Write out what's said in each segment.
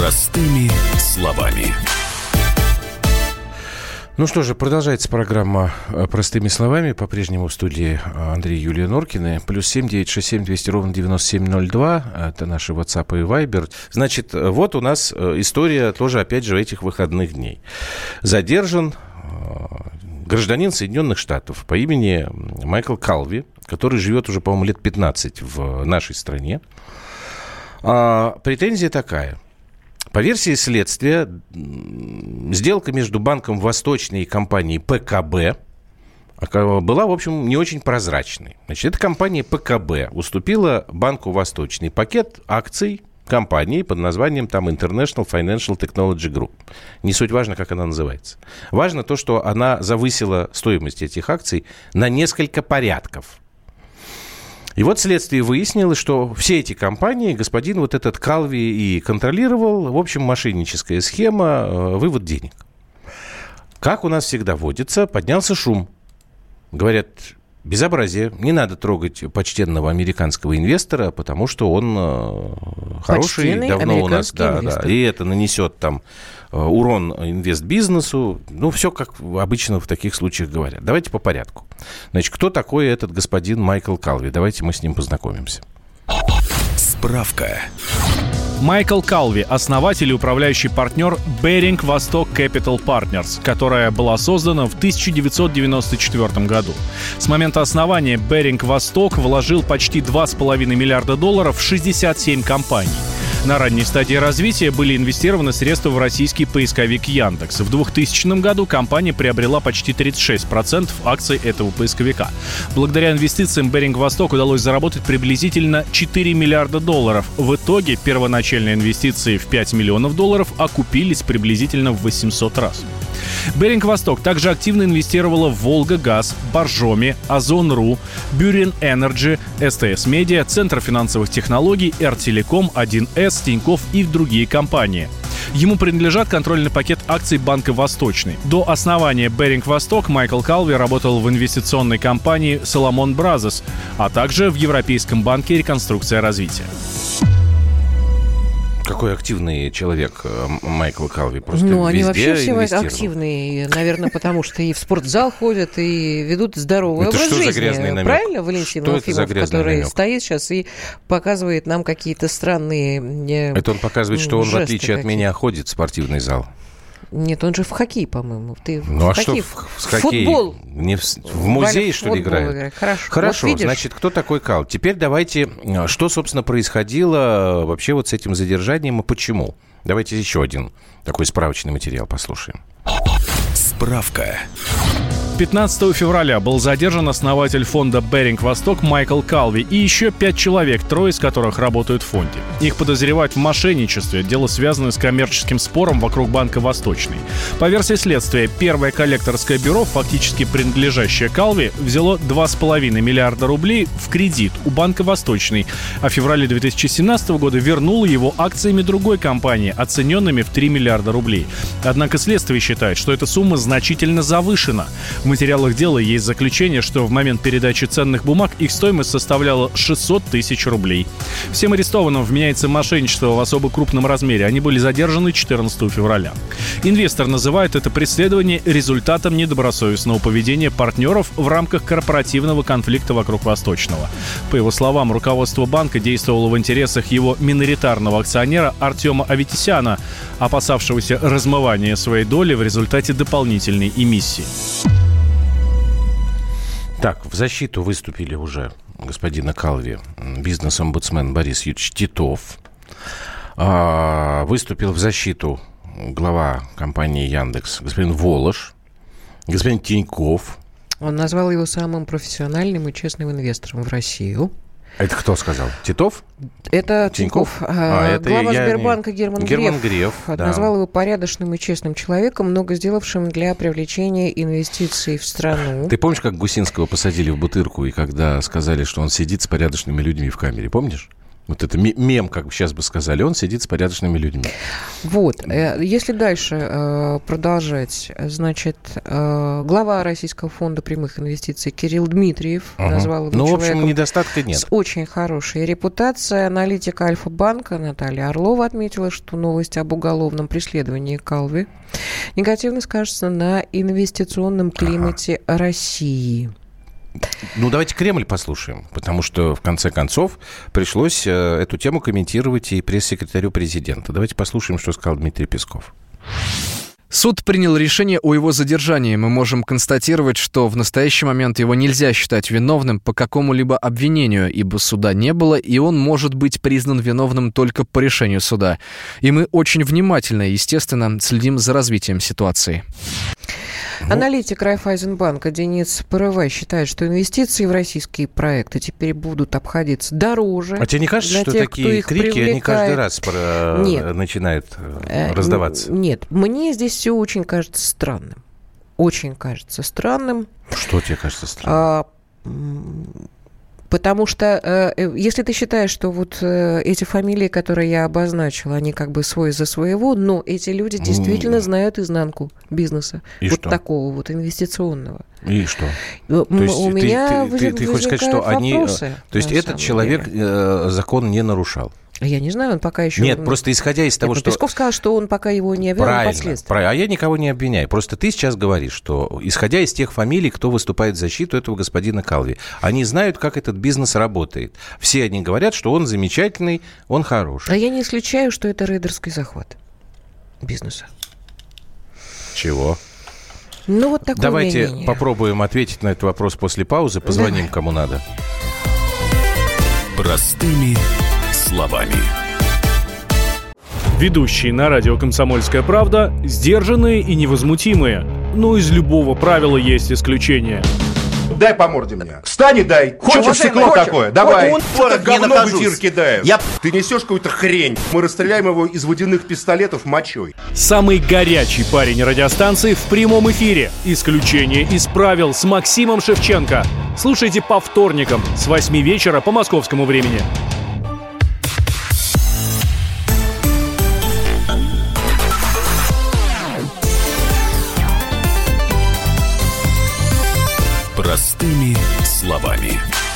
Простыми словами. Ну что же, продолжается программа «Простыми словами». По-прежнему в студии Андрей и Юлия Норкины. +7 967 200 ровно 9702. Это наши WhatsApp и Viber. Значит, вот у нас история тоже, опять же, этих выходных дней. Задержан гражданин Соединенных Штатов по имени Майкл Калви, который живет уже, по-моему, лет 15 в нашей стране. Претензия такая. По версии следствия, сделка между Банком Восточный и компанией ПКБ была, в общем, не очень прозрачной. Значит, эта компания ПКБ уступила Банку Восточный пакет акций компании под названием там International Financial Technology Group. Не суть важно, как она называется. Важно то, что она завысила стоимость этих акций на несколько порядков. И вот следствие выяснило, что все эти компании господин вот этот Калви и контролировал. В общем, мошенническая схема, вывод денег. Как у нас всегда водится, поднялся шум. Говорят, безобразие, не надо трогать почтенного американского инвестора, потому что он хороший, почтенный давно у нас, да, и это нанесет там урон инвестбизнесу. Ну, все как обычно в таких случаях говорят. Давайте по порядку. Значит, кто такой этот господин Майкл Калви? Давайте мы с ним познакомимся. Справка. Майкл Калви – основатель и управляющий партнер Bearing Vostok Capital Partners, которая была создана в 1994 году. С момента основания Bearing Vostok вложил почти $2,5 миллиарда в 67 компаний. На ранней стадии развития были инвестированы средства в российский поисковик Яндекс. В 2000 году компания приобрела почти 36% акций этого поисковика. Благодаря инвестициям Bearing Vostok удалось заработать приблизительно $4 миллиарда. В итоге первоначальные инвестиции в $5 миллионов окупились приблизительно в 800 раз. Bearing Vostok также активно инвестировала в Волгагаз, Боржоми, Озон.ру, Бюрин Энерджи, СТС Медиа, Центр финансовых технологий, Р-Телеком, 1С, Тинькофф и в другие компании. Ему принадлежат контрольный пакет акций Банка Восточный. До основания Bearing Vostok Майкл Калви работал в инвестиционной компании Salomon Brothers, а также в Европейском банке реконструкции и развития. Какой активный человек Майкл Калви. Просто они везде вообще все активные. Наверное, потому что и в спортзал ходят, и ведут здоровый образ жизни. Это что за грязный намек? Правильно, Валентин Алфимов, который стоит сейчас и показывает нам какие-то странные Это он показывает, что он, в отличие от меня, ходит в спортивный зал. Нет, он же в хоккей, по-моему. Ты ну, а что в хоккей? Футбол. Не в музее, что ли, играет? Хорошо. Вот значит, кто такой Кал? Теперь давайте, что, собственно, происходило вообще вот с этим задержанием и почему? Давайте еще один такой справочный материал послушаем. Справка. 15 февраля был задержан основатель фонда Bearing Vostok Майкл Калви и еще 5 человек, 3 из которых работают в фонде. Их подозревают в мошенничестве, дело связано с коммерческим спором вокруг Банка Восточный. По версии следствия, первое коллекторское бюро, фактически принадлежащее Калви, взяло $2,5 миллиарда в кредит у Банка Восточный, а в феврале 2017 года вернуло его акциями другой компании, оцененными в $3 миллиарда. Однако следствие считает, что эта сумма значительно завышена. В материалах дела есть заключение, что в момент передачи ценных бумаг их стоимость составляла 600 тысяч рублей. Всем арестованным вменяется мошенничество в особо крупном размере. Они были задержаны 14 февраля. Инвестор называет это преследование результатом недобросовестного поведения партнеров в рамках корпоративного конфликта вокруг Восточного. По его словам, руководство банка действовало в интересах его миноритарного акционера Артема Аветисяна, опасавшегося размывания своей доли в результате дополнительной эмиссии. Так, в защиту выступили уже господина Калви бизнес-омбудсмен Борис Юрьевич Титов. Выступил в защиту глава компании Яндекс господин Волош, господин Тинькофф. Он назвал его самым профессиональным и честным инвестором в Россию. Это кто сказал? Титов? Это Тинькофф. Это глава Сбербанка Герман Греф назвал да. его порядочным и честным человеком, много сделавшим для привлечения инвестиций в страну. Ты помнишь, как Гусинского посадили в Бутырку, и когда сказали, что он сидит с порядочными людьми в камере? Помнишь? Вот это мем, как сейчас бы сказали, он сидит с порядочными людьми. Вот. Если дальше продолжать, значит, глава Российского фонда прямых инвестиций Кирилл Дмитриев назвал его человеком, в общем, недостатка нет. С очень хорошей репутацией. Аналитика Альфа-банка Наталья Орлова отметила, что новость об уголовном преследовании Калви негативно скажется на инвестиционном климате России. Давайте Кремль послушаем, потому что, в конце концов, пришлось эту тему комментировать и пресс-секретарю президента. Давайте послушаем, что сказал Дмитрий Песков. Суд принял решение о его задержании. Мы можем констатировать, что в настоящий момент его нельзя считать виновным по какому-либо обвинению, ибо суда не было, и он может быть признан виновным только по решению суда. И мы очень внимательно, естественно, следим за развитием ситуации. Аналитик Райффайзенбанка Денис Порывай считает, что инвестиции в российские проекты теперь будут обходиться дороже. А тебе не кажется, что такие крики, они каждый раз начинают раздаваться? Нет, мне здесь все очень кажется странным. Очень кажется странным. Что тебе кажется странным? Потому что если ты считаешь, что вот эти фамилии, которые я обозначила, они как бы свой за своего, но эти люди действительно знают изнанку бизнеса. И вот что? Такого вот инвестиционного. И что? У меня ты хочешь сказать, что вопросы, то есть этот человек закон не нарушал? Я не знаю, он пока еще... Нет, просто исходя из того, что... Песков сказал, что он пока его не обвинял впоследствии. Правильно, а я никого не обвиняю. Просто ты сейчас говоришь, что исходя из тех фамилий, кто выступает в защиту этого господина Калви, они знают, как этот бизнес работает. Все они говорят, что он замечательный, он хороший. А я не исключаю, что это рейдерский захват бизнеса. Чего? Вот такое Давайте мнение. Попробуем ответить на этот вопрос после паузы. Позвоним кому надо. Простыми словами. Ведущие на радио «Комсомольская правда» сдержанные и невозмутимые. Но из любого правила есть исключение. Дай по морде мне. Встань и дай. Хочешь стекло такое? Давай. Это говно в эфир кидаешь. Ты несешь какую-то хрень. Мы расстреляем его из водяных пистолетов мочой. Самый горячий парень радиостанции в прямом эфире. Исключение из правил с Максимом Шевченко. Слушайте по вторникам с 8 вечера по московскому времени. Простыми словами.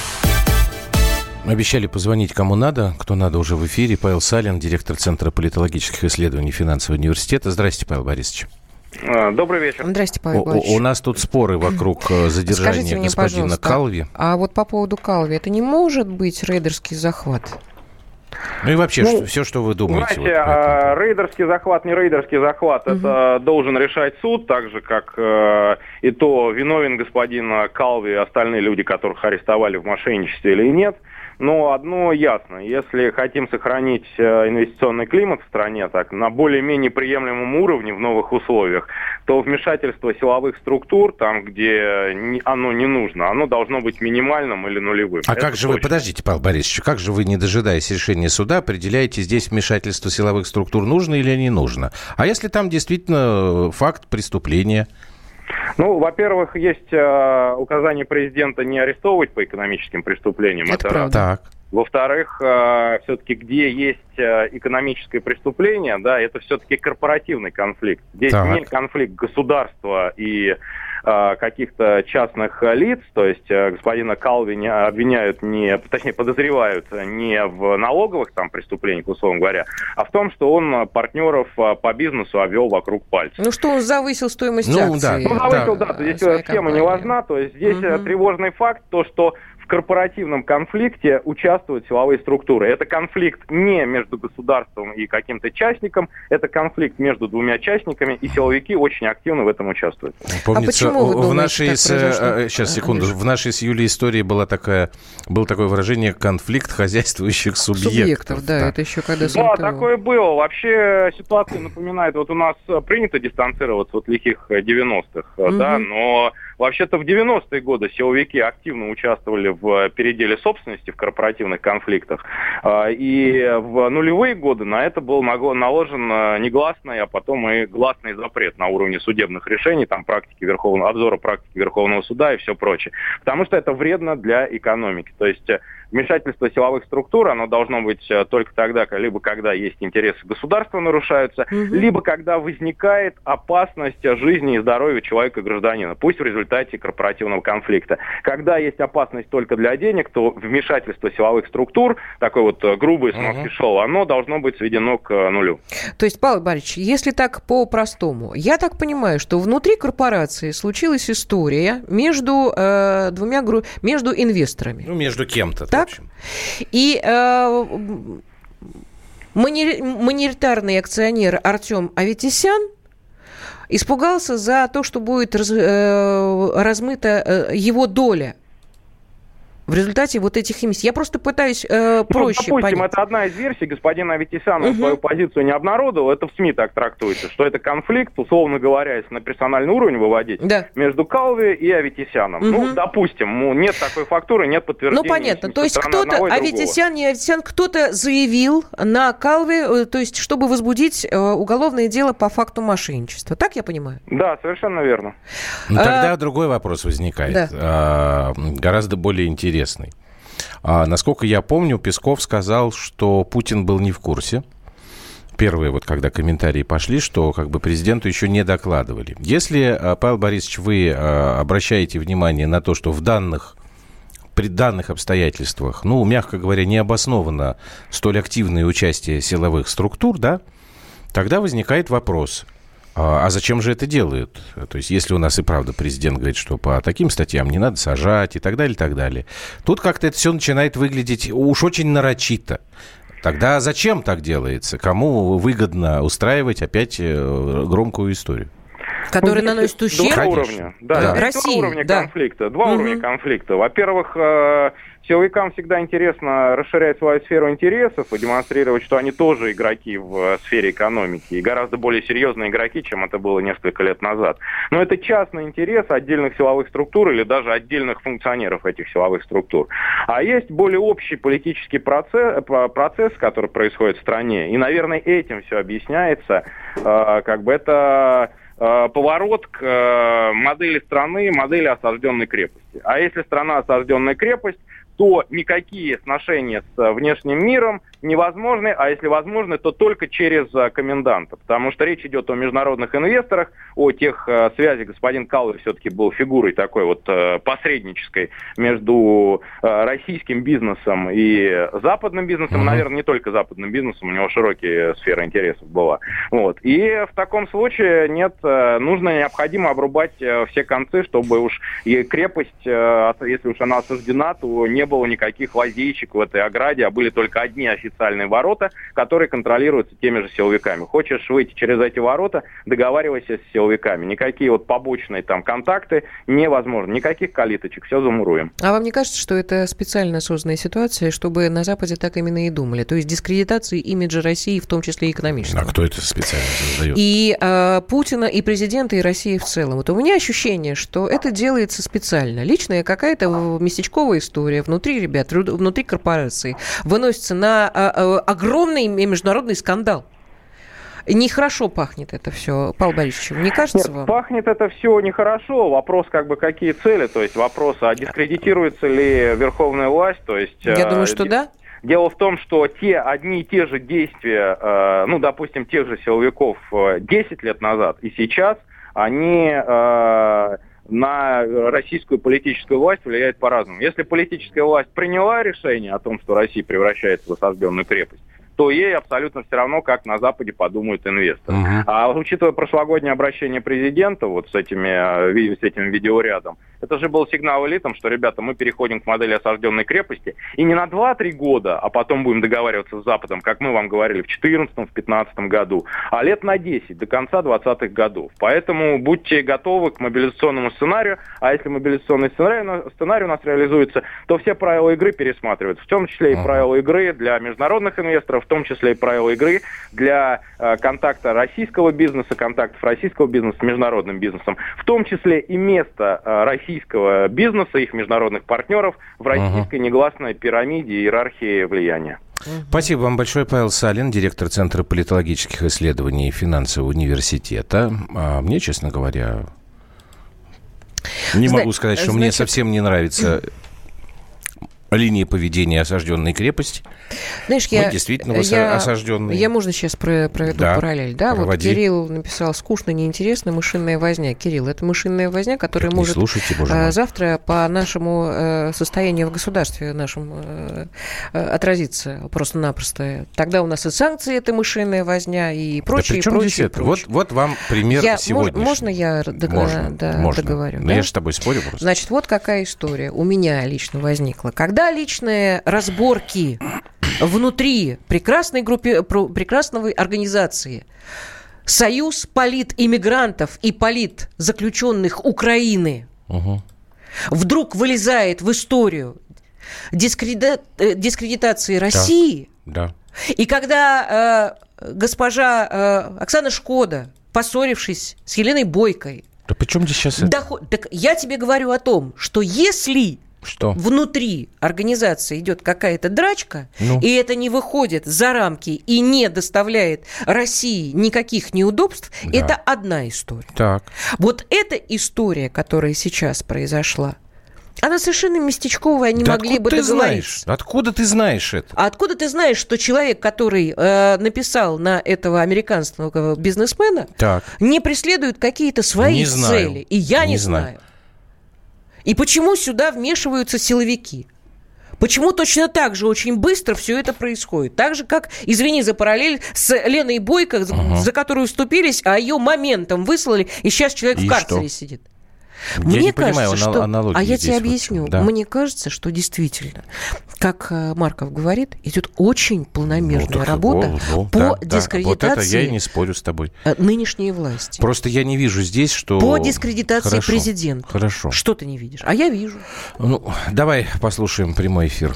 Обещали позвонить кому надо. Кто надо, уже в эфире. Павел Салин, директор Центра политологических исследований Финансового университета. Здрасте, Павел Борисович. Добрый вечер. Здрасте, Павел Борисович. У нас тут споры вокруг задержания господина Калви. А вот по поводу Калви, это не может быть рейдерский захват? И вообще, все, что вы думаете. Знаете, рейдерский захват, не рейдерский захват, это должен решать суд, так же, как и то, виновен господин Калви и остальные люди, которых арестовали в мошенничестве или нет. Но одно ясно, если хотим сохранить инвестиционный климат в стране так, на более-менее приемлемом уровне в новых условиях, то вмешательство силовых структур, там, где оно не нужно, оно должно быть минимальным или нулевым. А как же вы, подождите, Павел Борисович, как же вы, не дожидаясь решения суда, определяете, здесь вмешательство силовых структур нужно или не нужно? А если там действительно факт преступления? Во-первых, есть указание президента не арестовывать по экономическим преступлениям. Это правда. Так. Во-вторых, все-таки где есть экономическое преступление, да, это все-таки корпоративный конфликт. Здесь не конфликт государства и каких-то частных лиц, то есть господина Калви обвиняют, подозревают не в налоговых там преступлениях, условно говоря, а в том, что он партнеров по бизнесу обвел вокруг пальца. Что он завысил стоимость акций. Здесь тема не важна, то есть здесь тревожный факт, то, что в корпоративном конфликте участвуют силовые структуры. Это конфликт не между государством и каким-то частником, это конфликт между двумя частниками, и силовики очень активно в этом участвуют. Помнится, почему вы думаете, в нашей с Юлей истории было такое выражение «конфликт хозяйствующих субъектов». Да, это еще когда... Да, такое было. Вообще ситуация напоминает, вот у нас принято дистанцироваться от лихих 90-х, да, но... Вообще-то в 90-е годы силовики активно участвовали в переделе собственности, в корпоративных конфликтах. И в нулевые годы на это был наложен негласный, а потом и гласный запрет на уровне судебных решений, там обзора практики Верховного суда и все прочее. Потому что это вредно для экономики. То есть вмешательство силовых структур, оно должно быть только тогда, либо когда есть интересы государства нарушаются, либо когда возникает опасность жизни и здоровья человека и гражданина, пусть в результате корпоративного конфликта. Когда есть опасность только для денег, то вмешательство силовых структур, такое вот грубое самопишоу, оно должно быть сведено к нулю. То есть, Павел Борисович, если так по-простому, я так понимаю, что внутри корпорации случилась история между между инвесторами. Ну, между кем-то. Так? И миноритарный акционер Артем Аветисян испугался за то, что будет размыта его доля в результате вот этих эмиссий. Я просто пытаюсь проще допустим, понять. Это одна из версий. Господин Аветисян свою позицию не обнародовал. Это в СМИ так трактуется, что это конфликт, условно говоря, если на персональный уровень выводить, между Калви и Аветисяном. Ну, допустим, нет такой фактуры, нет подтверждения. Ну, понятно. То есть кто-то, Аветисян, не Аветисян, кто-то заявил на Калви, то есть чтобы возбудить уголовное дело по факту мошенничества. Так я понимаю? Да, совершенно верно. Ну, тогда другой вопрос возникает. Гораздо более интересный. Насколько я помню, Песков сказал, что Путин был не в курсе. Первые, вот когда комментарии пошли, что как бы президенту еще не докладывали. Если, Павел Борисович, вы обращаете внимание на то, что при данных обстоятельствах, ну, мягко говоря, не обосновано столь активное участие силовых структур, да, тогда возникает вопрос. А зачем же это делают? То есть, если у нас и правда президент говорит, что по таким статьям не надо сажать и так далее, и так далее. Тут как-то это все начинает выглядеть уж очень нарочито. Тогда зачем так делается? Кому выгодно устраивать опять громкую историю? Который наносит ущерб? Два уровня. Да, России, два уровня конфликта. Два уровня конфликта. Во-первых, силовикам всегда интересно расширять свою сферу интересов и демонстрировать, что они тоже игроки в сфере экономики. И гораздо более серьезные игроки, чем это было несколько лет назад. Но это частный интерес отдельных силовых структур или даже отдельных функционеров этих силовых структур. А есть более общий политический процесс, который происходит в стране. И, наверное, этим все объясняется. Это поворот к модели страны, модели осажденной крепости. А если страна осажденная крепость, то никакие сношения с внешним миром невозможны, а если возможны, то только через коменданта. Потому что речь идет о международных инвесторах, о тех связях. Господин Калви все-таки был фигурой такой вот посреднической между российским бизнесом и западным бизнесом. Наверное, не только западным бизнесом, у него широкие сферы интересов была. Вот. И в таком случае необходимо обрубать все концы, чтобы уж и крепость, если уж она осаждена, то не было никаких лазейчик в этой ограде, а были только одни официальные ворота, которые контролируются теми же силовиками. Хочешь выйти через эти ворота, договаривайся с силовиками. Никакие вот побочные там контакты невозможно. Никаких калиточек, все замуруем. А вам не кажется, что это специально созданная ситуация, чтобы на Западе так именно и думали? То есть дискредитации имиджа России, в том числе и экономического. А кто это специально создает? И Путина, и президента, и России в целом. Вот у меня ощущение, что это делается специально. Личная какая-то местечковая история внутри ребят, внутри корпорации выносится на огромный международный скандал. Нехорошо пахнет это все, Павел Борисович, не кажется вам? Пахнет это все нехорошо. Вопрос, какие цели, то есть вопрос, а дискредитируется ли верховная власть, то есть... Я думаю, что да. Дело в том, что одни и те же действия, допустим, тех же силовиков 10 лет назад и сейчас, они... на российскую политическую власть влияет по-разному. Если политическая власть приняла решение о том, что Россия превращается в осажденную крепость, то ей абсолютно все равно, как на Западе подумают инвесторы. А учитывая прошлогоднее обращение президента вот с этим видеорядом, это же был сигнал элитам, что, ребята, мы переходим к модели осажденной крепости, и не на 2-3 года, а потом будем договариваться с Западом, как мы вам говорили в 2014, в 2015 году, а лет на 10, до конца 20-х годов. Поэтому будьте готовы к мобилизационному сценарию, а если мобилизационный сценарий у нас реализуется, то все правила игры пересматриваются, в том числе и правила игры для международных инвесторов, в том числе и правила игры для контакта российского бизнеса, контактов российского бизнеса с международным бизнесом, в том числе и место российского российского бизнеса, их международных партнеров в российской негласной пирамиде иерархии влияния. Спасибо вам большое, Павел Салин, директор Центра политологических исследований финансового университета. Мне, честно говоря, не могу сказать, что мне совсем не нравится линии поведения осажденной крепости. Знаешь, мы действительно осажденные. Я, можно, сейчас проведу параллель. Да? Вот Кирилл написал: скучно, неинтересно, мышиная возня. Кирилл, это мышиная возня, которая так может завтра по нашему состоянию в государстве нашему отразиться просто-напросто. Тогда у нас и санкции, это мышиная возня, и прочее, да прочее. Вот вам пример сегодняшний. Можно я договорю? Но я же с тобой спорю просто. Значит, вот какая история у меня лично возникла. Когда личные разборки внутри прекрасной организации Союз политиммигрантов и политзаключенных Украины вдруг вылезает в историю дискредитации России, и когда госпожа Оксана Шкода, поссорившись с Еленой Бойкой, да при чем здесь сейчас это? Так я тебе говорю о том, что если внутри организации идет какая-то драчка, и это не выходит за рамки и не доставляет России никаких неудобств, это одна история. Так. Вот эта история, которая сейчас произошла, она совершенно местечковая, они могли бы договориться. Откуда ты знаешь это? А откуда ты знаешь, что человек, который написал на этого американского бизнесмена, не преследует какие-то свои цели? И я не знаю. И почему сюда вмешиваются силовики? Почему точно так же очень быстро все это происходит? Так же, как, извини за параллель, с Леной Бойко, за которую вступились, а ее моментом выслали, и сейчас человек в карцере сидит. Мне кажется, что... А я тебе объясню. Да. Мне кажется, что действительно, как Марков говорит, идет очень планомерная работа по дискредитации вот это я и не спорю с тобой. Нынешней власти. Просто я не вижу здесь, что... По дискредитации президента. Хорошо. Что ты не видишь? А я вижу. Давай послушаем прямой эфир.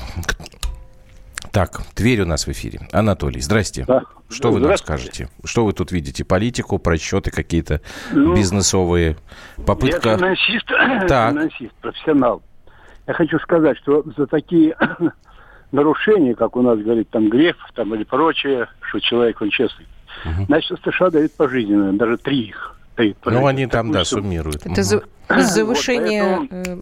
Так, Тверь у нас в эфире. Анатолий, здрасте. Да. Что вы нам скажете? Что вы тут видите? Политику, просчеты какие-то бизнесовые? Попытка... Я финансист, профессионал. Я хочу сказать, что за такие нарушения, как у нас говорит там Греф там, или прочее, что человек, он честный, значит, США дают пожизненно, даже 3 их дают. Они там, суммируют. Это завышение...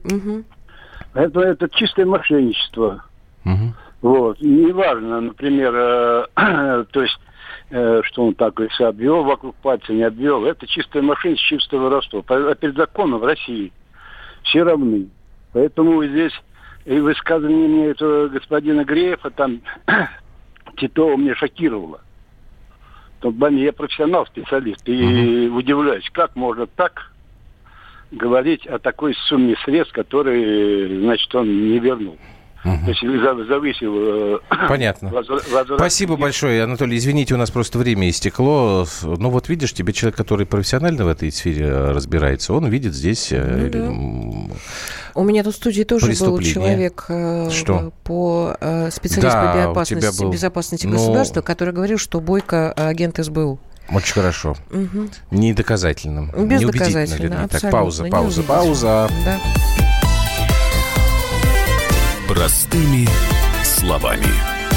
Это чистое мошенничество. Вот. Неважно, например, то есть, что он так все обвел вокруг пальца, не обвел. Это чистое мошенничество, чистое воровство. А перед законом в России все равны. Поэтому здесь и высказывание мне этого господина Греева, там, Титова меня шокировало. Я профессионал, специалист, и удивляюсь, как можно так говорить о такой сумме средств, которые, значит, он не вернул. То есть завысил... Понятно. Спасибо большое, Анатолий. Извините, у нас просто время истекло. Вот видишь, тебе человек, который профессионально в этой сфере разбирается, он видит здесь... У меня тут в студии тоже был человек по специалист по безопасности государства, который говорил, что Бойко агент СБУ. Очень хорошо. Недоказательным. Бездоказательно, абсолютно. Так, пауза. Да. Простыми словами.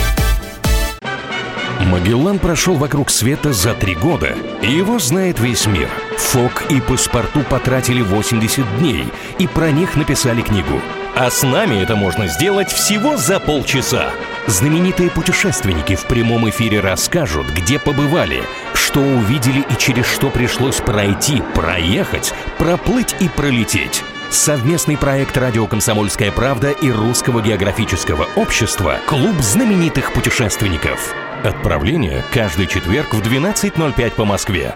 Магеллан прошел вокруг света за 3 года, и его знает весь мир. Фок и Паспарту потратили 80 дней, и про них написали книгу. А с нами это можно сделать всего за полчаса. Знаменитые путешественники в прямом эфире расскажут, где побывали, что увидели и через что пришлось пройти, проехать, проплыть и пролететь. Совместный проект «Радио Комсомольская правда» и Русского географического общества «Клуб знаменитых путешественников». Отправление каждый четверг в 12:05 по Москве.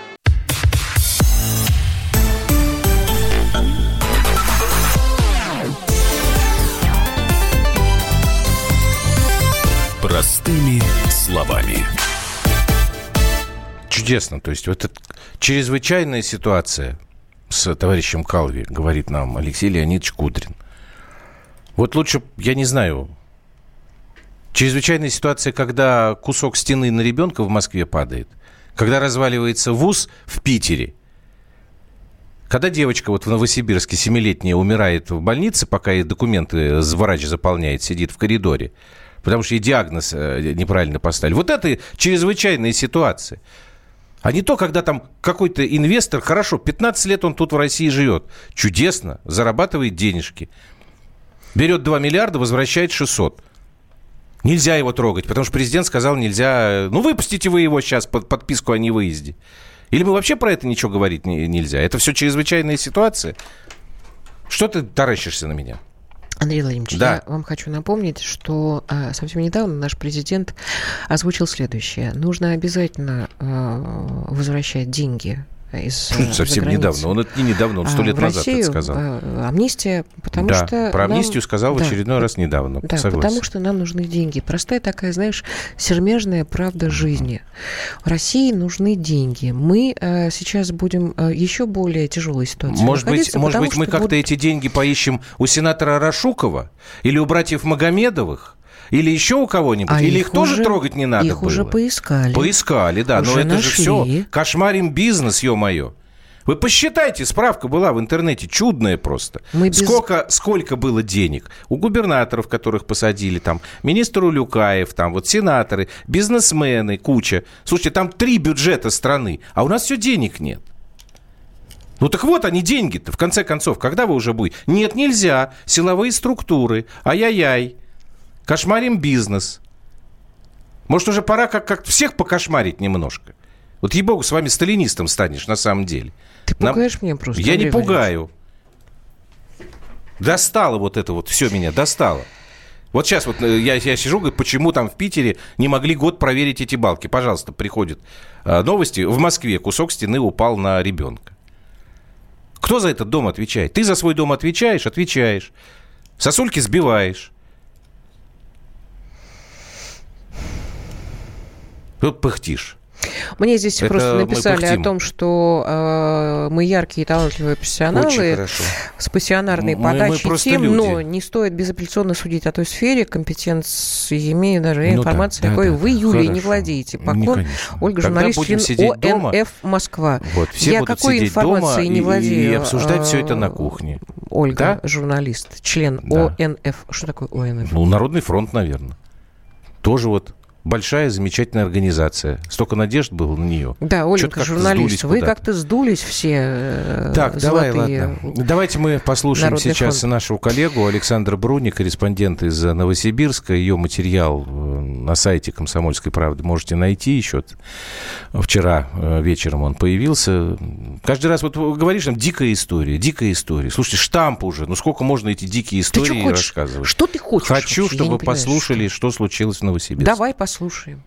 Простыми словами. Чудесно. То есть вот эта чрезвычайная ситуация с товарищем Калви, говорит нам Алексей Леонидович Кудрин. Вот лучше, я не знаю, чрезвычайная ситуация, когда кусок стены на ребенка в Москве падает, когда разваливается вуз в Питере, Когда девочка вот в Новосибирске 7-летняя умирает в больнице, пока ей документы врач заполняет, сидит в коридоре, потому что ей диагноз неправильно поставили. Вот это чрезвычайная ситуация. А не то, когда там какой-то инвестор, хорошо, 15 лет он тут в России живет, чудесно, зарабатывает денежки, берет 2 миллиарда, возвращает 600. Нельзя его трогать, потому что президент сказал, нельзя... Ну, выпустите вы его сейчас под подписку о невыезде. Или мы вообще про это ничего говорить нельзя? Это все чрезвычайная ситуация. Что ты таращишься на меня? Андрей Владимирович, да. Я вам хочу напомнить, что совсем недавно наш президент озвучил следующее. Нужно обязательно возвращать деньги совсем недавно. Он это не недавно, он 100 лет назад это сказал. Амнистия, потому да, что... про амнистию сказал в очередной раз недавно. Да, согласен. Потому что нам нужны деньги. Простая такая, знаешь, сермяжная правда жизни. России нужны деньги. Мы сейчас будем еще более тяжелой ситуации. Может быть, мы как-то эти деньги поищем у сенатора Рашукова или у братьев Магомедовых? Или еще у кого-нибудь? Или их тоже трогать не надо было? Их уже поискали. Поискали, да. Но это же все кошмарим бизнес, ё-моё. Вы посчитайте, справка была в интернете, чудная просто. Сколько было денег у губернаторов, которых посадили, там, министр Улюкаев, там, вот сенаторы, бизнесмены, куча. Слушайте, там 3 бюджета страны, а у нас все денег нет. Ну так вот они, деньги-то, в конце концов, когда вы уже будете? Нет, нельзя. Силовые структуры. Ай-яй-яй. Кошмарим бизнес. Может, уже пора как всех покошмарить немножко. Вот, ей-богу, с вами сталинистом станешь на самом деле. Ты пугаешь меня просто. Я не пугаю. Достало вот это вот, все меня достало. Вот сейчас вот я сижу, говорю, почему там в Питере не могли год проверить эти балки. Пожалуйста, приходят новости. В Москве кусок стены упал на ребенка. Кто за этот дом отвечает? Ты за свой дом отвечаешь? Отвечаешь. Сосульки сбиваешь. Тут пыхтишь. Мне здесь это просто написали о том, что мы яркие и талантливые профессионалы с пассионарной подачей тем, но не стоит безапелляционно судить о той сфере, компетенциями, даже информации, какой вы, Юлия, не владеете. Поклон. Ольга, журналист, член ОНФ «Москва». Вот, я какой информацией не владею. И обсуждать все это на кухне. Ольга, журналист, член ОНФ. Что такое ОНФ? Ну, Народный фронт, наверное. Тоже вот. Большая, замечательная организация. Столько надежд было на нее. Да, Ольга, журналист, вы как-то сдулись все. Так, давай, ладно. Давайте мы послушаем Народный сейчас фронт. Нашего коллегу Александра Бруни, корреспондент из Новосибирска. Ее материал на сайте «Комсомольской правды» можете найти еще. Вчера вечером он появился. Каждый раз вот говоришь нам дикая история. Слушайте, штамп уже. Ну сколько можно эти дикие истории рассказывать? Что ты хочешь? Хочу, чтобы послушали, что случилось в Новосибирске. Давай послушаем.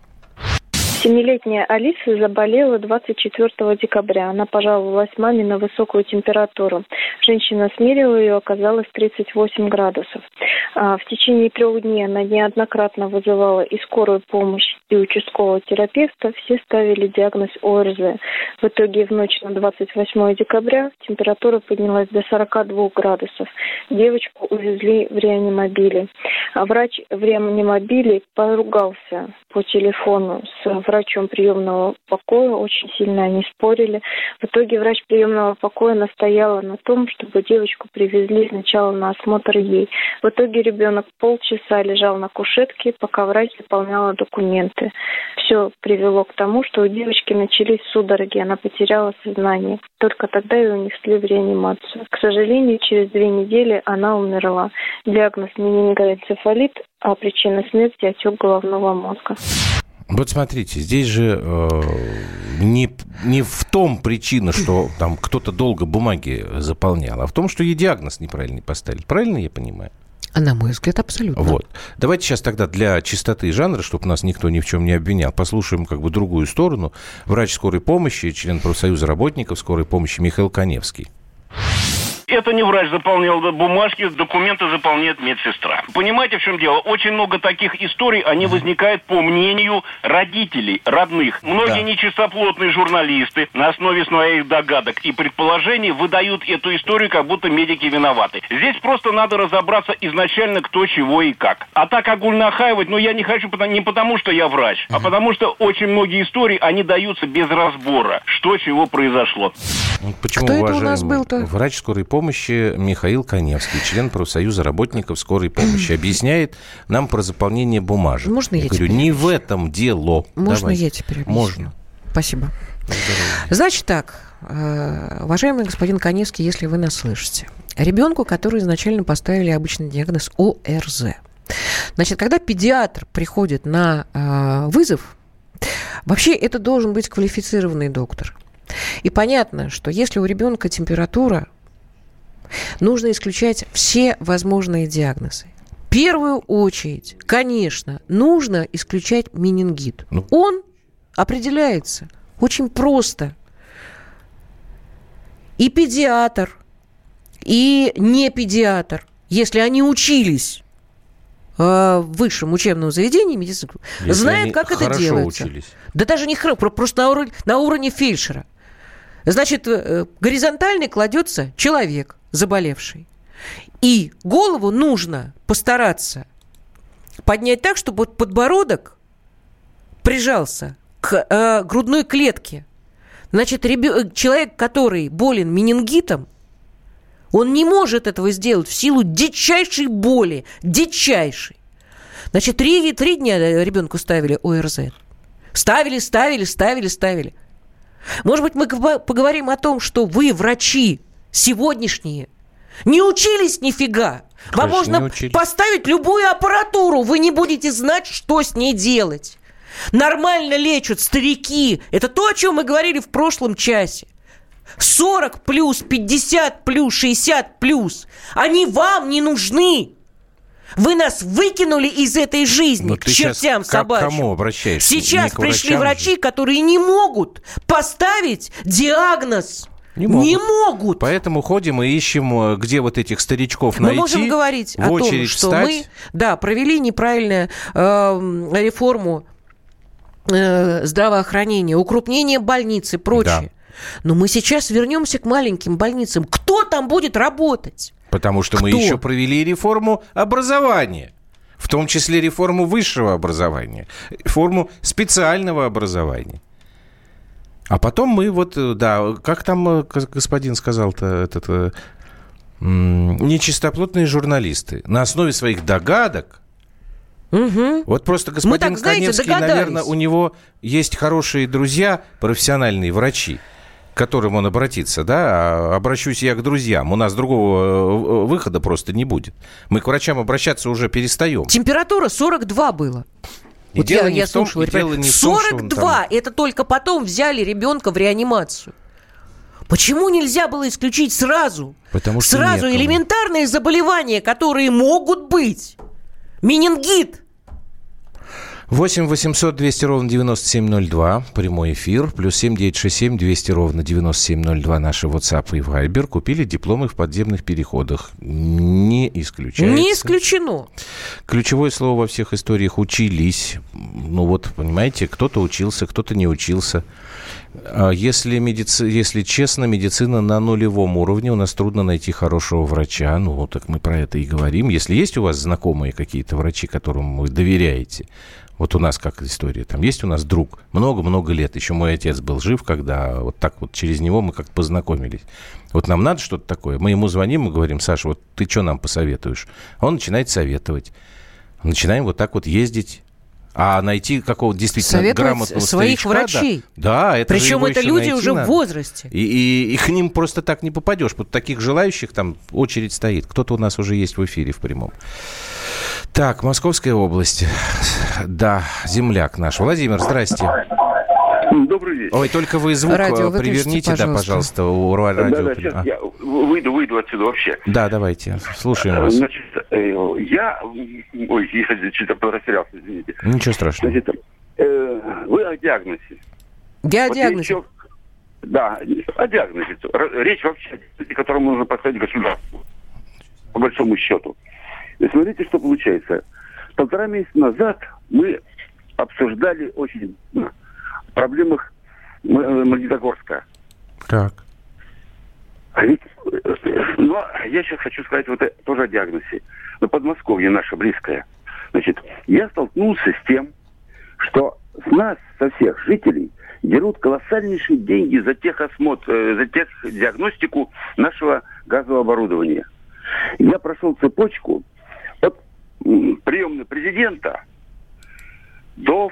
7-летняя Алиса заболела 24 декабря. Она пожаловалась маме на высокую температуру. Женщина смерила ее, оказалось 38 градусов. В течение 3 дней она неоднократно вызывала и скорую помощь, и участкового терапевта. Все ставили диагноз ОРЗ. В итоге в ночь на 28 декабря температура поднялась до 42 градусов. Девочку увезли в реанимобиле. Врач в реанимобиле поругался по телефону с врачом приемного покоя. Очень сильно они спорили. В итоге врач приемного покоя настояла на том, чтобы девочку привезли сначала на осмотр ей. В итоге ребенок полчаса лежал на кушетке, пока врач заполняла документы. Все привело к тому, что у девочки начались судороги, она потеряла сознание. Только тогда ее унесли в реанимацию. К сожалению, через 2 недели она умерла. Диагноз менингоэнцефалит, а причина смерти – отек головного мозга. Вот смотрите, здесь же не в том причина, что там кто-то долго бумаги заполнял, а в том, что ей диагноз неправильно поставили. Правильно я понимаю? На мой взгляд, абсолютно. Вот. Давайте сейчас тогда для чистоты жанра, чтобы нас никто ни в чем не обвинял, послушаем как бы другую сторону. Врач скорой помощи, член профсоюза работников скорой помощи Михаил Каневский. Это не врач заполнял бумажки, документы заполняет медсестра. Понимаете, в чем дело? Очень много таких историй, они возникают по мнению родителей, родных. Многие нечистоплотные журналисты на основе своих догадок и предположений выдают эту историю, как будто медики виноваты. Здесь просто надо разобраться изначально, кто, чего и как. А так огульно охаивать, я не хочу не потому, что я врач, а потому что очень многие истории, они даются без разбора, что, чего произошло. Почему, кто это у нас был-то? Врач скорой помощи Михаил Каневский, член профсоюза работников скорой помощи, объясняет нам про заполнение бумажек. Можно я говорю, не в этом дело. Можно я теперь объясню? Можно. Спасибо. Значит так, уважаемый господин Каневский, если вы нас слышите, ребенку, который изначально поставили обычный диагноз ОРЗ. Значит, когда педиатр приходит на вызов, вообще это должен быть квалифицированный доктор. И понятно, что если у ребенка температура, нужно исключать все возможные диагнозы. В первую очередь, конечно, нужно исключать менингит. Он определяется очень просто. И педиатр, и не педиатр, если они учились в высшем учебном заведении медицинском, знают, как это делается. Учились. Да даже не хорошо, просто на уровне фельдшера. Значит, горизонтально кладется человек, заболевший. И голову нужно постараться поднять так, чтобы подбородок прижался к грудной клетке. Значит, человек, который болен менингитом, он не может этого сделать в силу дичайшей боли. Дичайшей. Значит, 3 дня ребенку ставили ОРЗ. Ставили. Может быть, мы поговорим о том, что вы, врачи сегодняшние, не учились нифига. Вам можно поставить любую аппаратуру, вы не будете знать, что с ней делать. Нормально лечат старики. Это то, о чем мы говорили в прошлом часе. 40 плюс, 50 плюс, 60 плюс. Они вам не нужны. Вы нас выкинули из этой жизни к чертям собачьим. К кому обращаешься? Сейчас пришли врачи, которые не могут поставить диагноз. Не могут. Поэтому ходим и ищем, где вот этих старичков найти. Мы можем говорить о том, что мы провели неправильную реформу здравоохранения, укрупнение больниц и прочее. Да. Но мы сейчас вернемся к маленьким больницам. Кто там будет работать? Потому что мы еще провели реформу образования. В том числе реформу высшего образования. Реформу специального образования. А потом мы как там господин сказал-то, нечистоплотные журналисты на основе своих догадок. Угу. Вот просто господин Каневский, наверное, у него есть хорошие друзья, профессиональные врачи, к которым он обратится, да, обращусь я к друзьям. У нас другого выхода просто не будет. Мы к врачам обращаться уже перестаем. Температура 42 было. И вот я слушала, 42, это только потом взяли ребенка в реанимацию. Почему нельзя было исключить сразу? Потому что сразу некому. Элементарные заболевания, которые могут быть. Менингит. 8 800 200 ровно 9702, прямой эфир, плюс 7 967 200 ровно 9702, наши WhatsApp и Viber. Купили дипломы в подземных переходах. Не исключается. Не исключено. Ключевое слово во всех историях — учились. Понимаете, кто-то учился, кто-то не учился. Если честно, медицина на нулевом уровне. У нас трудно найти хорошего врача. Так мы про это и говорим. Если есть у вас знакомые какие-то врачи, которым вы доверяете, вот у нас как история. Там есть у нас друг много-много лет. Еще мой отец был жив, когда вот так вот через него мы как-то познакомились. Вот нам надо что-то такое. Мы ему звоним и говорим: Саша, вот ты что нам посоветуешь? Он начинает советовать. Начинаем вот так вот ездить. А найти какого-то действительно грамотного своих старичка, врачей. Да, это причем это люди уже надо. В возрасте. И к ним просто так не попадешь. Вот таких желающих там очередь стоит. Кто-то у нас уже есть в эфире в прямом. Так, Московская область. Да, земляк наш. Владимир, здрасте. Добрый вечер. Ой, только вы звук приверните, пожалуйста, у радио. Да, сейчас я выйду отсюда вообще. Да, давайте, слушаем вас. Значит, я что-то растерялся, извините. Ничего страшного. Значит, вы о диагнозе. Я о диагнозе. Да, о диагнозе. Речь вообще о диагнозе, которому нужно поставить государству. По большому счету. И смотрите, что получается. 1,5 месяца назад мы обсуждали очень проблемах Магнитогорска. Так. А ведь, я сейчас хочу сказать вот тоже о диагнозе. Подмосковье наше близкое. Значит, я столкнулся с тем, что с нас, со всех жителей, дерут колоссальнейшие деньги за техосмотр, за диагностику нашего газового оборудования. Я прошел цепочку от приемной президента до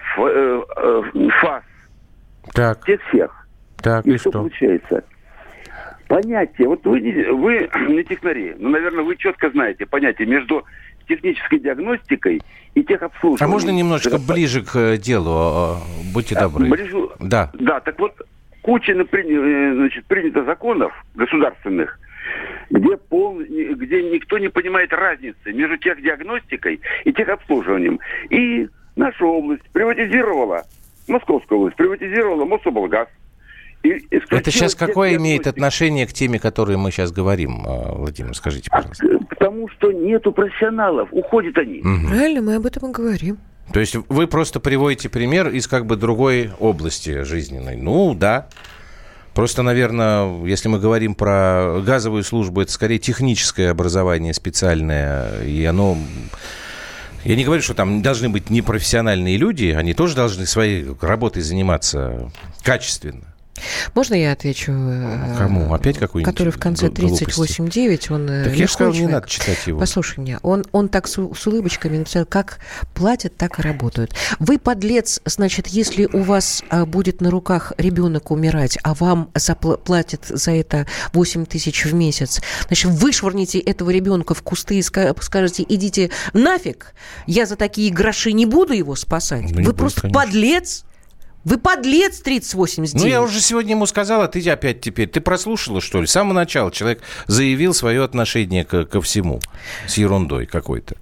ФАС. Так. Всех. Так, и что получается? Понятие, вот вы не технари, но, наверное, вы четко знаете понятие между технической диагностикой и техобслуживанием. А можно немножечко ближе к делу? Будьте добры. Ближе? Да. Да, так вот, куча, принято законов государственных, где никто не понимает разницы между техдиагностикой и техобслуживанием. И наша область приватизировала, Московская область приватизировала Мособлгаз. Это сейчас какое имеет отношение к теме, о которой мы сейчас говорим, Владимир, скажите, пожалуйста. Потому что нету профессионалов, уходят они. Угу. Правильно, мы об этом и говорим. То есть вы просто приводите пример из как бы другой области жизненной. Ну, да. Просто, наверное, если мы говорим про газовую службу, это скорее техническое образование специальное, и оно... Я не говорю, что там должны быть непрофессиональные люди, они тоже должны своей работой заниматься качественно. Можно я отвечу? Кому? Опять какой-нибудь? Который в конце 38.9. Он так я же сказал, не надо читать его. Послушай меня. Он так с улыбочками написал, как платят, так и работают. Вы, подлец, значит, если у вас будет на руках ребенок умирать, а вам платят за это 8 тысяч в месяц, значит, вышвырните этого ребенка в кусты и скажете, идите нафиг, я за такие гроши не буду его спасать. Вы просто конечно. Подлец. Вы подлец 3089. Ну, я уже сегодня ему сказал, а ты опять теперь... Ты прослушала, что ли? С самого начала человек заявил свое отношение ко всему. С ерундой какой-то.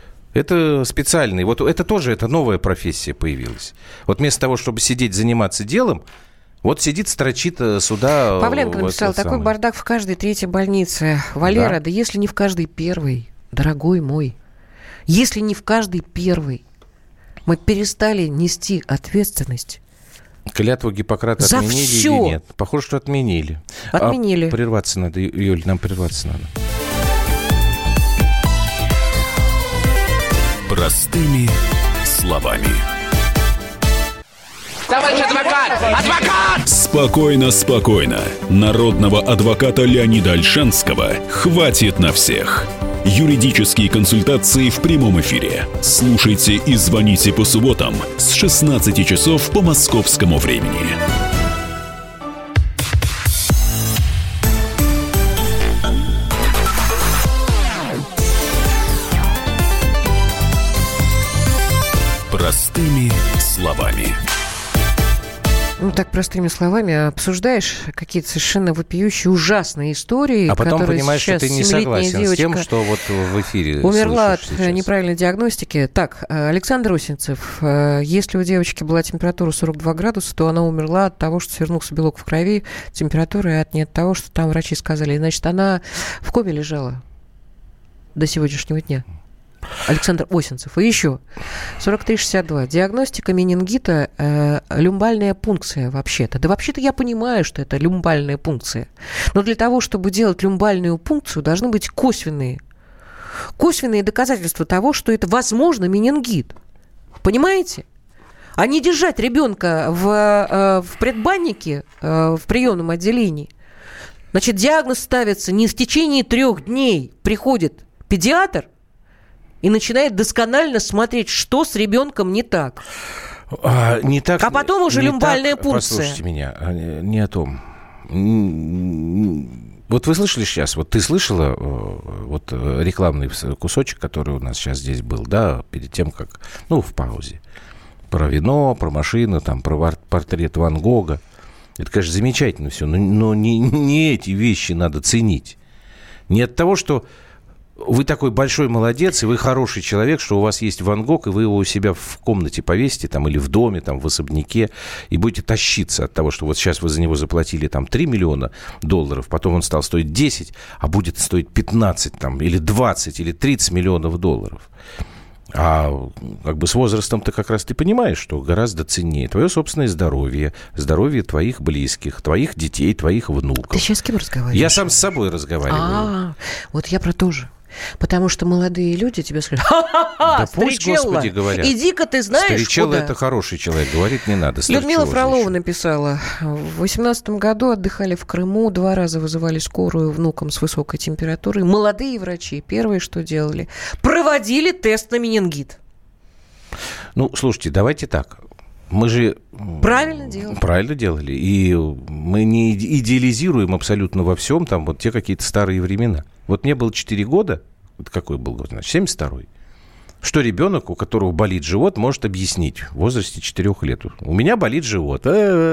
Это специальный... Вот это тоже, это новая профессия появилась. Вот вместо того, чтобы сидеть, заниматься делом, вот сидит, строчит сюда... Павленко написал, такой бардак в каждой третьей больнице. Валера, да если не в каждой первой, дорогой мой, если не в каждой первой, мы перестали нести ответственность. Клятву Гиппократа за отменили все. Или нет? Похоже, что отменили. Отменили. Прерваться надо, Юль, нам прерваться надо. Простыми словами. Товарищ адвокат! Адвокат! Спокойно, спокойно. Народного адвоката Леонида Ольшанского хватит на всех. Юридические консультации в прямом эфире. Слушайте и звоните по субботам с 16 часов по московскому времени. Простыми словами. Ну, так простыми словами обсуждаешь какие-то совершенно вопиющие, ужасные истории, а потом понимаешь, что ты не согласен с тем, что вот в эфире умерла от неправильной диагностики. Так, Александр Осинцев, если у девочки была температура 42 градуса, то она умерла от того, что свернулся белок в крови, температура, и не от того, что там врачи сказали. Значит, она в коме лежала до сегодняшнего дня. Александр Осинцев. И еще 4362. Диагностика менингита люмбальная пункция вообще-то. Да вообще-то я понимаю, что это люмбальная пункция. Но для того, чтобы делать люмбальную пункцию, должны быть косвенные доказательства того, что это, возможно, менингит. Понимаете? А не держать ребенка в предбаннике, в приемном отделении. Значит, диагноз ставится не в течение 3 дней. Приходит педиатр и начинает досконально смотреть, что с ребенком не так. Не так, а потом уже люмбальная пункция. Послушайте меня, не о том. Вот вы слышали сейчас, вот ты слышала вот рекламный кусочек, который у нас сейчас здесь был, да, перед тем, как, в паузе. Про вино, про машину, там, про портрет Ван Гога. Это, конечно, замечательно все, но не эти вещи надо ценить. Не от того, что вы такой большой молодец, и вы хороший человек, что у вас есть Ван Гог, и вы его у себя в комнате повесите, там, или в доме, там, в особняке, и будете тащиться от того, что вот сейчас вы за него заплатили там, $3 миллиона, потом он стал стоить 10, а будет стоить 15, там, или 20, или 30 миллионов долларов. А как бы с возрастом-то как раз ты понимаешь, что гораздо ценнее твое собственное здоровье, здоровье твоих близких, твоих детей, твоих внуков. Ты сейчас с кем разговариваешь? Я сам с собой разговариваю. Вот я про то же. Потому что молодые люди тебе скажут: да пусть, Господи, говорят. Иди-ка ты знаешь Старичелла куда. Это хороший человек, говорить не надо. Людмила Фролова написала: в 2018 году отдыхали в Крыму, 2 раза вызывали скорую внукам с высокой температурой. Молодые врачи первое, что делали, проводили тест на менингит. Ну, слушайте, давайте так. Мы же... Правильно делали. Правильно делали. И мы не идеализируем абсолютно во всем там вот те какие-то старые времена. Вот мне было 4 года, это какой был год, значит, 72-й, что ребенок, у которого болит живот, может объяснить в возрасте 4 лет. У меня болит живот.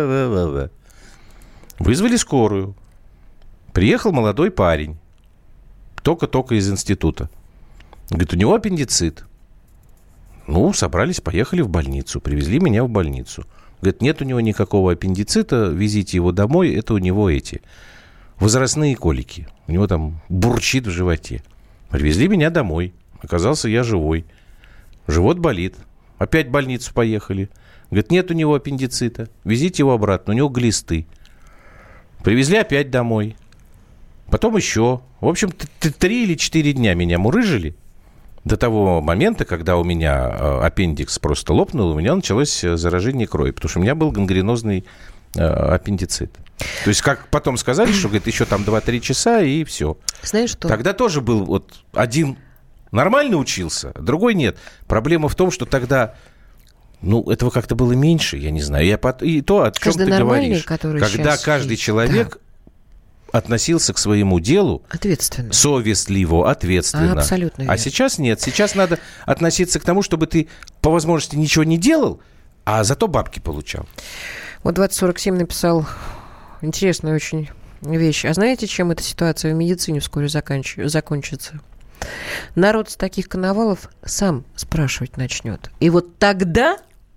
Вызвали скорую. Приехал молодой парень, только-только из института. Говорит, у него аппендицит. Ну, собрались, поехали в больницу, привезли меня в больницу. Говорит, нет у него никакого аппендицита, везите его домой, это у него возрастные колики. У него там бурчит в животе. Привезли меня домой, оказался я живой. Живот болит. Опять в больницу поехали. Говорит, нет у него аппендицита, везите его обратно, у него глисты. Привезли опять домой. Потом еще. В общем, 3 или 4 дня меня мурыжили. До того момента, когда у меня аппендикс просто лопнул, у меня началось заражение крови, потому что у меня был гангренозный аппендицит. То есть, как потом сказали, что, говорит, еще там 2-3 часа, и все. Знаешь что? Тогда тоже был вот один нормально учился, другой нет. Проблема в том, что тогда... Ну, этого как-то было меньше, я не знаю. И то, о чем ты говоришь. Когда каждый человек... относился к своему делу ответственно, совестливо, ответственно. Абсолютно верно. А сейчас нет. Сейчас надо относиться к тому, чтобы ты по возможности ничего не делал, а зато бабки получал. Вот 2047 написал интересную очень вещь. А знаете, чем эта ситуация в медицине вскоре закончится? Народ с таких коновалов сам спрашивать начнет. И вот тогда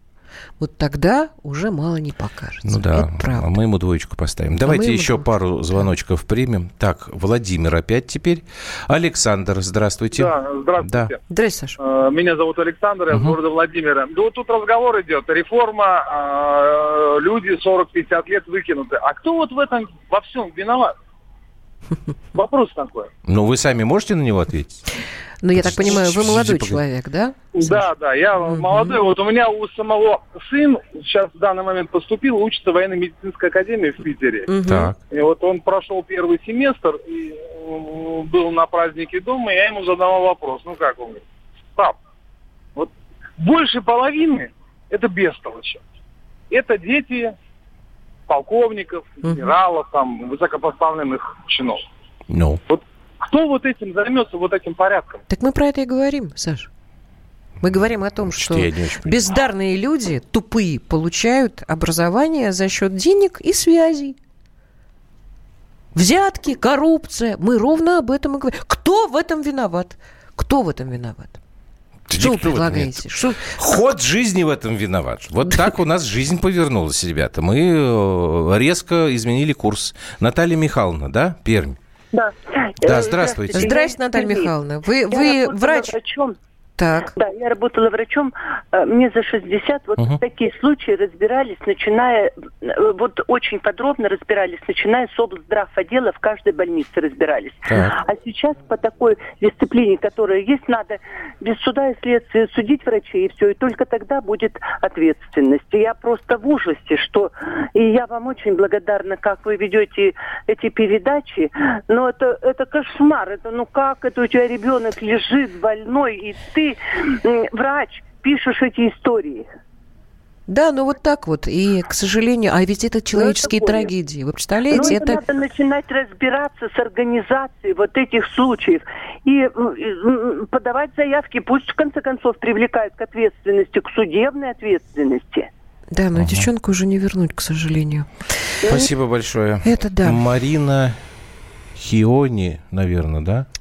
уже мало не покажется. Ну да, а мы ему 2 поставим. Давайте еще пару звоночков примем. Так, Владимир опять теперь. Александр, здравствуйте. Да, здравствуйте. Да. Здравствуйте, Саша. Меня зовут Александр, я из города Владимира. Да вот тут разговор идет. Реформа, люди 40-50 лет выкинуты. А кто вот в этом во всем виноват? Вопрос такой. Ну, вы сами можете на него ответить? Ну, я так понимаю, вы молодой человек, да? Да, я молодой. Вот у меня у самого сын сейчас в данный момент поступил, учится в военно-медицинской академии в Питере. Так. И вот он прошел первый семестр и был на празднике дома, и я ему задавал вопрос. Ну, как он говорит? Пап, вот больше половины это бестолочи. Это дети полковников, генералов, там, высокопоставленных чинов. Ну. Вот кто вот этим займется, вот этим порядком? Так мы про это и говорим, Саш. Мы говорим о том, что бездарные люди, тупые, получают образование за счет денег и связей. Взятки, коррупция. Мы ровно об этом и говорим. Кто в этом виноват? Кто в этом виноват? Что вы предлагаете? Ход жизни в этом виноват. Вот так у нас жизнь повернулась, ребята. Мы резко изменили курс. Наталья Михайловна, да? Пермь. Да. Да, здравствуйте. Здравствуйте, Наталья Михайловна. Вы врач? Врачом. Так. Да, я работала врачом, мне за 60. Вот такие случаи разбирались, начиная, вот очень подробно разбирались, начиная с облздравотдела, в каждой больнице разбирались. Так. А сейчас по такой дисциплине, которая есть, надо без суда и следствия судить врачей, и все, и только тогда будет ответственность. И я просто в ужасе, что... И я вам очень благодарна, как вы ведете эти передачи, но это кошмар, это ну как это у тебя ребенок лежит больной, и ты, врач, пишешь эти истории. Да, ну вот так вот. И, к сожалению, а ведь это человеческие трагедии. Вы представляете? Это надо начинать разбираться с организацией вот этих случаев. И подавать заявки. Пусть, в конце концов, привлекают к ответственности, к судебной ответственности. Да, но девчонку уже не вернуть, к сожалению. Спасибо большое. Это да. Марина Хиони, наверное, да?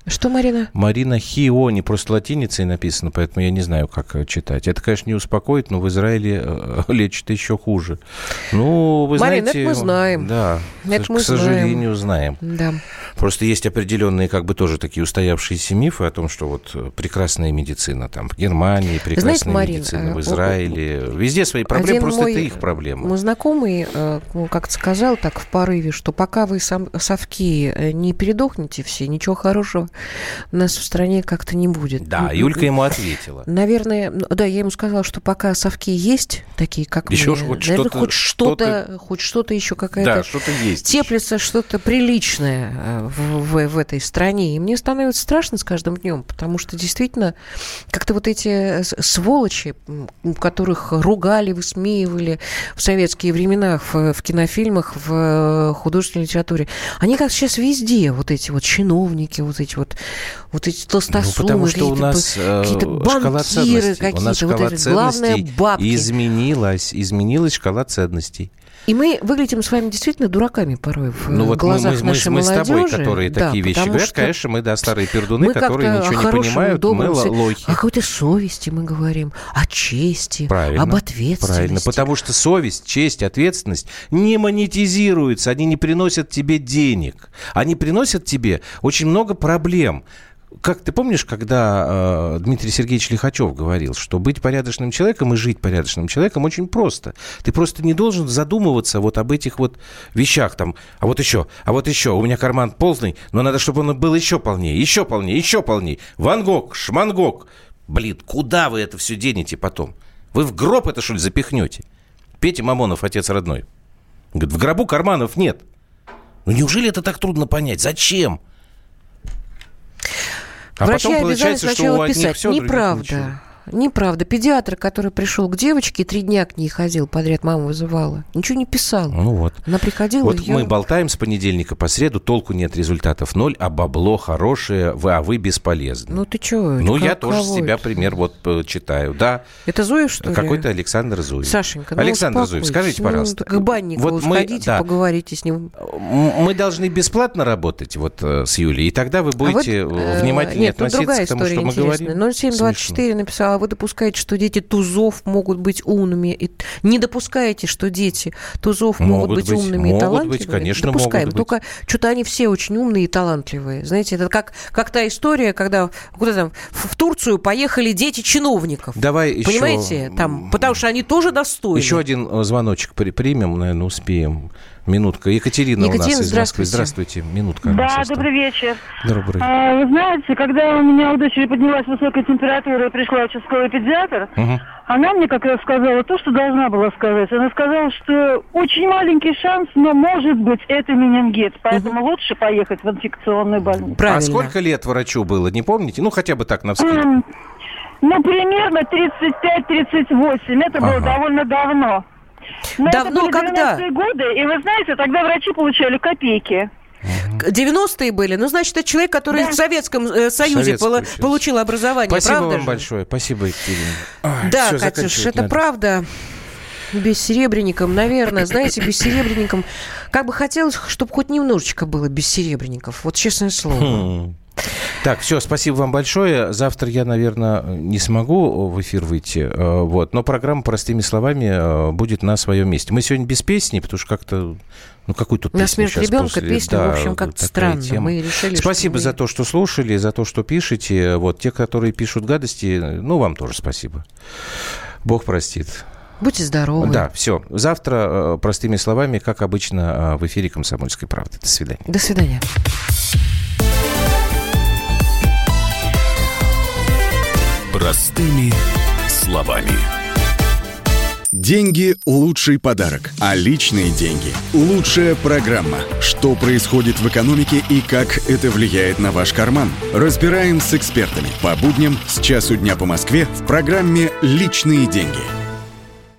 Что, Марина? Марина Хиони, просто латиницей написано, поэтому я не знаю, как читать. Это, конечно, не успокоит, но в Израиле лечат еще хуже. Ну, вы Марина, знаете... это мы знаем. Да, это к сожалению, знаем. Да. Просто есть определенные, как бы, тоже такие устоявшиеся мифы о том, что вот прекрасная медицина там в Германии, прекрасная медицина в Израиле. Везде свои проблемы, просто это их проблемы. Мой знакомый как-то сказал так в порыве, что пока вы совки не передохнете все, ничего хорошего у нас в стране как-то не будет. Да, Юлька ему ответила. Наверное, да, я ему сказала, что пока совки есть, такие, как еще мы, наверное, хоть что-то еще какая-то... Да, что-то есть. Теплится что-то приличное в этой стране. И мне становится страшно с каждым днем, потому что действительно как-то вот эти сволочи, которых ругали, высмеивали в советские времена в кинофильмах, в художественной литературе, они как сейчас везде, вот эти вот чиновники, вот эти толстосумы, потому что у нас какие-то банкиры какие-то, у нас шкала вот это, главное, бабки. Изменилась шкала ценностей. И мы выглядим с вами действительно дураками порой в глазах нашей молодежи. Мы с тобой, которые такие вещи говорят, конечно, мы, да, старые пердуны, которые ничего не понимают, мы лохи. О какой-то совести мы говорим, о чести, об ответственности. Правильно, потому что совесть, честь, ответственность не монетизируются, они не приносят тебе денег, они приносят тебе очень много проблем. Как ты помнишь, когда Дмитрий Сергеевич Лихачев говорил, что быть порядочным человеком и жить порядочным человеком очень просто. Ты просто не должен задумываться вот об этих вот вещах там. А вот еще, у меня карман полный, но надо, чтобы он был еще полнее. Ван Гог, Шмангог. Блин, куда вы это все денете потом? Вы в гроб это, что ли, запихнете? Петя Мамонов, отец родной. Говорит, в гробу карманов нет. Ну неужели это так трудно понять? Зачем? А врачи потом получается, что у одних все, Неправда. Педиатр, который пришел к девочке, 3 дня к ней ходил, подряд мама вызывала, ничего не писал. Ну вот. Она приходила. Вот мы болтаем с понедельника по среду, толку нет, результатов 0, а бабло хорошее, а вы бесполезны. Ну ты чего? Ну я тоже себя пример вот читаю, да. Это Зуев, что ли? Какой-то Александр Зуев. Сашенька, Александр Зуев, скажите, пожалуйста. К баннику сходите, поговорите с ним. Мы должны бесплатно работать вот с Юлей, и тогда вы будете внимательнее относиться к тому, что мы говорим. 0724 написала, вы допускаете, что дети тузов могут быть умными. Не допускаете, что дети тузов могут быть умными и талантливыми? Могут быть, конечно, допускаем. Могут быть. Только что-то они все очень умные и талантливые. Знаете, это как та история, когда куда там в Турцию поехали дети чиновников. Давай еще... Понимаете? Там, потому что они тоже достойны. Еще один звоночек примем, наверное, успеем. Минутка. Екатерина у нас из Москвы. Здравствуйте. Минутка. Да, добрый вечер. Добрый. Вы знаете, когда у меня у дочери поднялась высокая температура и пришла участковый педиатр, она мне как раз сказала то, что должна была сказать. Она сказала, что очень маленький шанс, но может быть это менингит, поэтому лучше поехать в инфекционную больницу. Правильно. А сколько лет врачу было, не помните? Ну, хотя бы так, навскидку. Ну, примерно 35-38. Это было довольно давно. Но давно это были когда? 90-е годы, и вы знаете, тогда врачи получали копейки. 90-е были? Ну, значит, это человек, который в Советском Союзе получил образование. Спасибо правда вам же? большое. Спасибо, Екатерина. Да, Катюш, это правда. Бессеребренником, наверное. Знаете, бессеребренником... Как бы хотелось, чтобы хоть немножечко было бессеребренников. Вот честное слово. Так, все, спасибо вам большое. Завтра я, наверное, не смогу в эфир выйти, вот, но программа «Простыми словами» будет на своем месте. Мы сегодня без песни, потому что как-то, какую тут песню на смерть сейчас ребенка после... песня, в общем, как-то странно. Мы решили, спасибо за то, что слушали, за то, что пишете. Вот, те, которые пишут гадости, вам тоже спасибо. Бог простит. Будьте здоровы. Да, все. Завтра, простыми словами, как обычно, в эфире «Комсомольской правды». До свидания. До свидания. Простыми словами. Деньги – лучший подарок, а личные деньги – лучшая программа. Что происходит в экономике и как это влияет на ваш карман? Разбираем с экспертами. По будням с часу дня по Москве в программе «Личные деньги».